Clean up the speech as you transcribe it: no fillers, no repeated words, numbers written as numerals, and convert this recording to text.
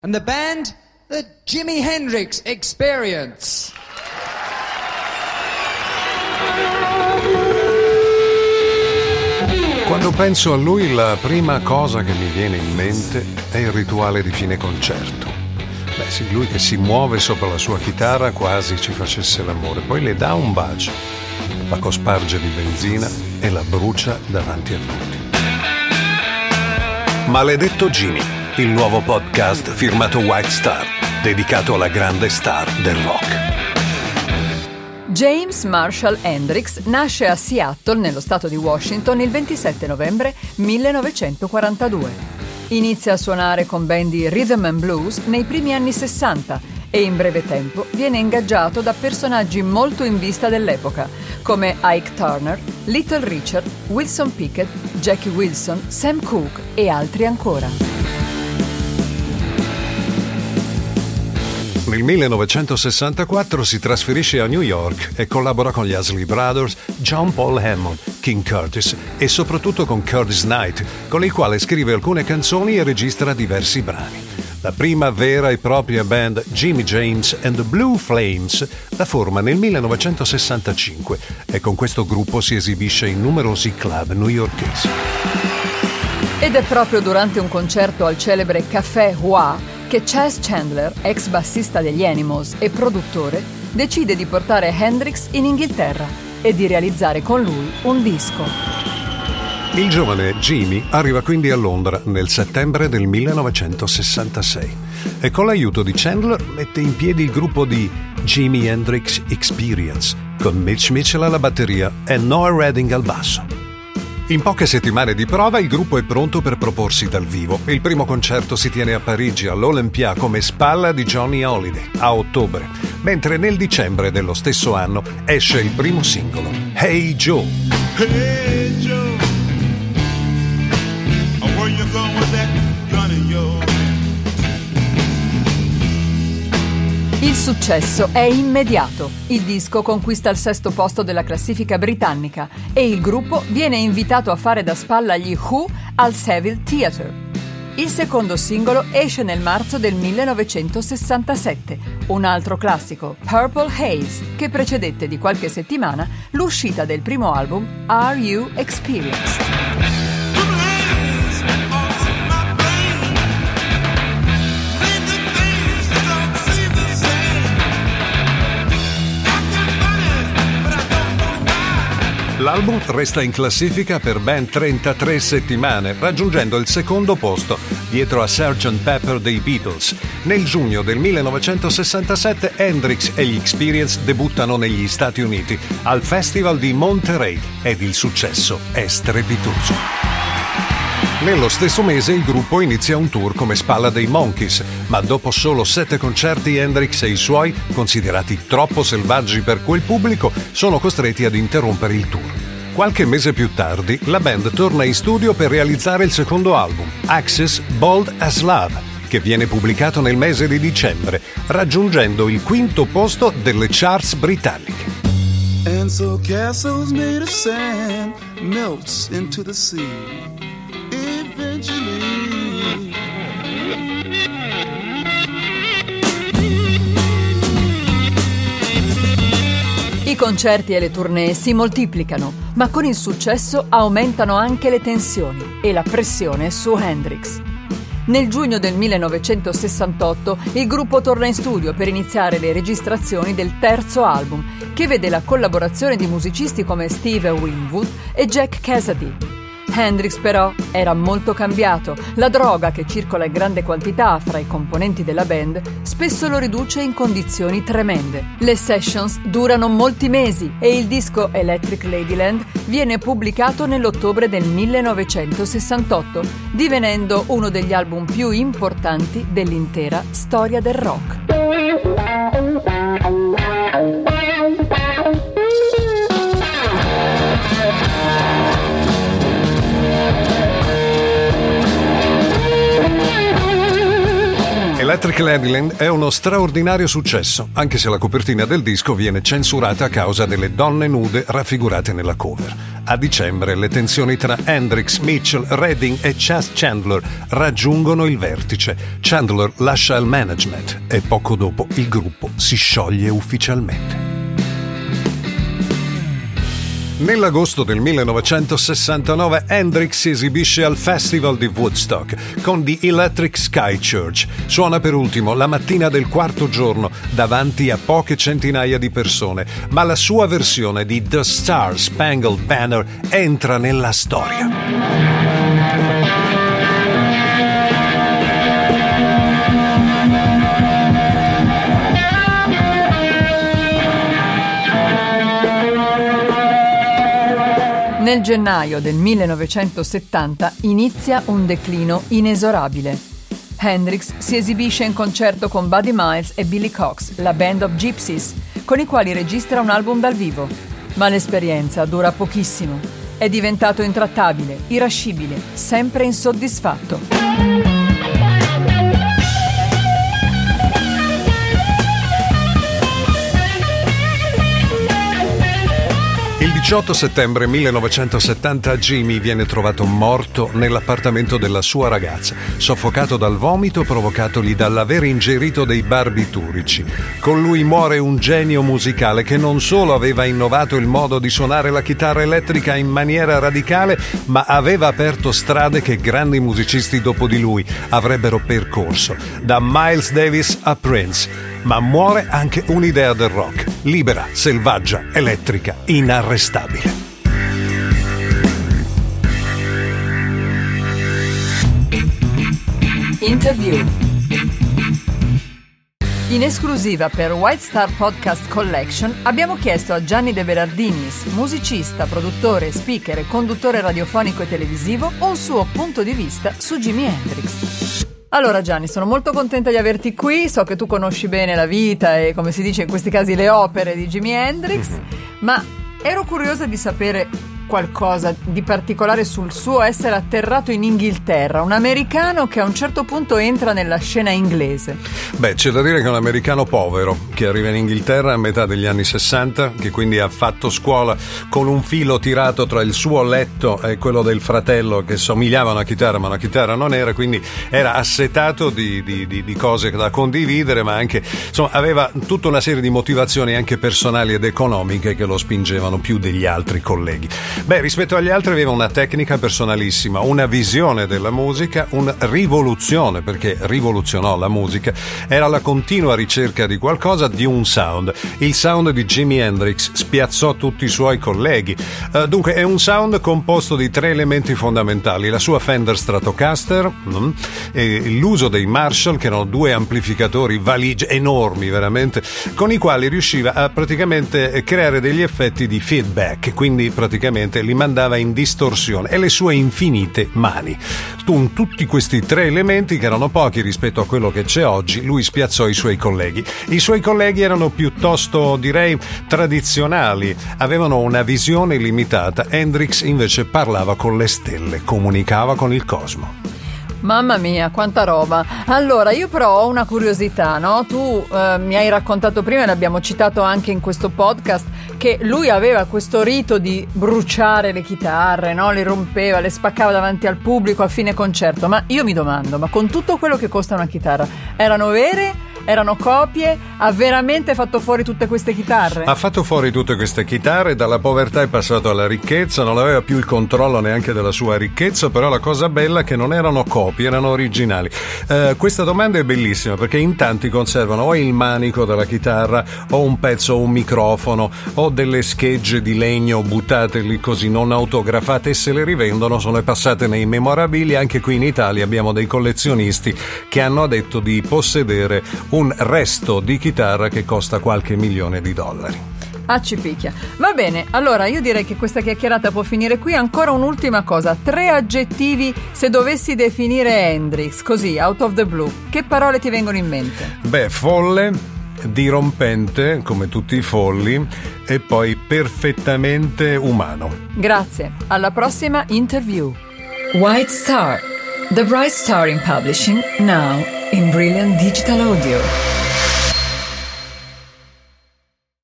And the band, the Jimi Hendrix Experience. Quando penso a lui, la prima cosa che mi viene in mente è il rituale di fine concerto. Beh sì, lui che si muove sopra la sua chitarra quasi ci facesse l'amore, poi le dà un bacio, la cosparge di benzina e la brucia davanti a tutti. Maledetto Jimi, il nuovo podcast firmato White Star, dedicato alla grande star del rock. James Marshall Hendrix nasce a Seattle, nello stato di Washington, il 27 novembre 1942. Inizia a suonare con band di rhythm and blues nei primi anni 60 e in breve tempo viene ingaggiato da personaggi molto in vista dell'epoca, come Ike Turner, Little Richard, Wilson Pickett, Jackie Wilson, Sam Cooke e altri ancora. Nel 1964 si trasferisce a New York e collabora con gli Isley Brothers, John Paul Hammond, King Curtis e soprattutto con Curtis Knight, con il quale scrive alcune canzoni e registra diversi brani. La prima vera e propria band, Jimmy James and the Blue Flames, la forma nel 1965 e con questo gruppo si esibisce in numerosi club newyorkesi. Ed è proprio durante un concerto al celebre Café Hoa che Chas Chandler, ex bassista degli Animals e produttore, decide di portare Hendrix in Inghilterra e di realizzare con lui un disco. Il giovane Jimmy arriva quindi a Londra nel settembre del 1966 e con l'aiuto di Chandler mette in piedi il gruppo di Jimi Hendrix Experience, con Mitch Mitchell alla batteria e Noel Redding al basso. In poche settimane di prova il gruppo è pronto per proporsi dal vivo. Il primo concerto si tiene a Parigi all'Olympia come spalla di Johnny Hallyday a ottobre, mentre nel dicembre dello stesso anno esce il primo singolo, Hey Joe. Hey Joe, where you going with that gun in your hand? Il successo è immediato. Il disco conquista il 6° posto della classifica britannica e il gruppo viene invitato a fare da spalla agli Who al Savile Theatre. Il secondo singolo esce nel marzo del 1967, un altro classico, Purple Haze, che precedette di qualche settimana l'uscita del primo album Are You Experienced? L'album resta in classifica per ben 33 settimane, raggiungendo il 2° posto dietro a Sgt. Pepper dei Beatles. Nel giugno del 1967 Hendrix e gli Experience debuttano negli Stati Uniti al Festival di Monterey ed il successo è strepitoso. Nello stesso mese il gruppo inizia un tour come spalla dei Monkees, ma dopo solo 7 concerti Hendrix e i suoi, considerati troppo selvaggi per quel pubblico, sono costretti ad interrompere il tour. Qualche mese più tardi la band torna in studio per realizzare il secondo album, Axis Bold as Love, che viene pubblicato nel mese di dicembre, raggiungendo il 5° posto delle charts britanniche. And so castles made of sand melts into the sea. I concerti e le tournée si moltiplicano, ma con il successo aumentano anche le tensioni e la pressione su Hendrix. Nel giugno del 1968 il gruppo torna in studio per iniziare le registrazioni del terzo album, che vede la collaborazione di musicisti come Steve Winwood e Jack Casady. Hendrix però era molto cambiato. La droga, che circola in grande quantità fra i componenti della band, spesso lo riduce in condizioni tremende. Le sessions durano molti mesi e il disco Electric Ladyland viene pubblicato nell'ottobre del 1968, divenendo uno degli album più importanti dell'intera storia del rock. Electric Ladyland è uno straordinario successo, anche se la copertina del disco viene censurata a causa delle donne nude raffigurate nella cover. A dicembre le tensioni tra Hendrix, Mitchell, Redding e Chas Chandler raggiungono il vertice. Chandler lascia il management e poco dopo il gruppo si scioglie ufficialmente. Nell'agosto del 1969 Hendrix si esibisce al Festival di Woodstock con The Electric Sky Church. Suona per ultimo la mattina del quarto giorno davanti a poche centinaia di persone, ma la sua versione di The Star Spangled Banner entra nella storia. Nel gennaio del 1970 inizia un declino inesorabile. Hendrix si esibisce in concerto con Buddy Miles e Billy Cox, la Band of Gypsies, con i quali registra un album dal vivo. Ma l'esperienza dura pochissimo. È diventato intrattabile, irascibile, sempre insoddisfatto. Il 18 settembre 1970 Jimmy viene trovato morto nell'appartamento della sua ragazza, soffocato dal vomito provocatogli dall'aver ingerito dei barbiturici. Con lui muore un genio musicale che non solo aveva innovato il modo di suonare la chitarra elettrica in maniera radicale, ma aveva aperto strade che grandi musicisti dopo di lui avrebbero percorso, da Miles Davis a Prince. Ma muore anche un'idea del rock, libera, selvaggia, elettrica, inarrestabile. Interview. In esclusiva per White Star Podcast Collection abbiamo chiesto a Gianni De Berardinis, musicista, produttore, speaker e conduttore radiofonico e televisivo, un suo punto di vista su Jimi Hendrix. Allora Gianni, sono molto contenta di averti qui, so che tu conosci bene la vita e, come si dice in questi casi, le opere di Jimi Hendrix, ma ero curiosa di sapere qualcosa di particolare sul suo essere atterrato in Inghilterra, un americano che a un certo punto entra nella scena inglese. Beh, c'è da dire che è un americano povero che arriva in Inghilterra a metà degli anni 60, che quindi ha fatto scuola con un filo tirato tra il suo letto e quello del fratello, che somigliava a una chitarra ma una chitarra non era, quindi era assetato di cose da condividere, ma anche, insomma, aveva tutta una serie di motivazioni anche personali ed economiche che lo spingevano più degli altri colleghi. Beh, rispetto agli altri aveva una tecnica personalissima, una visione della musica, una rivoluzione, perché rivoluzionò la musica, era la continua ricerca di qualcosa, di un sound. Il sound di Jimi Hendrix spiazzò tutti i suoi colleghi. Dunque è un sound composto di 3 elementi fondamentali: la sua Fender Stratocaster, e l'uso dei Marshall, che erano 2 amplificatori valigie enormi veramente, con i quali riusciva a praticamente creare degli effetti di feedback, quindi praticamente li mandava in distorsione, e le sue infinite mani. Con tutti questi 3 elementi, che erano pochi rispetto a quello che c'è oggi, lui spiazzò i suoi colleghi. I suoi colleghi erano piuttosto, direi, tradizionali, avevano una visione limitata. Hendrix invece parlava con le stelle, comunicava con il cosmo. Mamma mia, quanta roba! Allora, io però ho una curiosità, no? Tu mi hai raccontato prima, e l'abbiamo citato anche in questo podcast, che lui aveva questo rito di bruciare le chitarre, no? Le rompeva, le spaccava davanti al pubblico a fine concerto. Ma io mi domando, ma con tutto quello che costa una chitarra, erano vere? Erano copie? Ha veramente fatto fuori tutte queste chitarre? Ha fatto fuori tutte queste chitarre, dalla povertà è passato alla ricchezza, non aveva più il controllo neanche della sua ricchezza, però la cosa bella è che non erano copie, erano originali. Questa domanda è bellissima, perché in tanti conservano o il manico della chitarra, o un pezzo, un microfono, o delle schegge di legno buttate lì così, non autografate, e se le rivendono, sono passate nei memorabili. Anche qui in Italia abbiamo dei collezionisti che hanno detto di possedere un resto di chitarra che costa qualche milione di dollari. Ah, ci picchia. Va bene, allora io direi che questa chiacchierata può finire qui. Ancora un'ultima cosa: 3 aggettivi se dovessi definire Hendrix, così, out of the blue. Che parole ti vengono in mente? Beh, folle, dirompente, come tutti i folli, e poi perfettamente umano. Grazie, alla prossima interview. White Star, the bright star in publishing, now in Brilliant Digital Audio.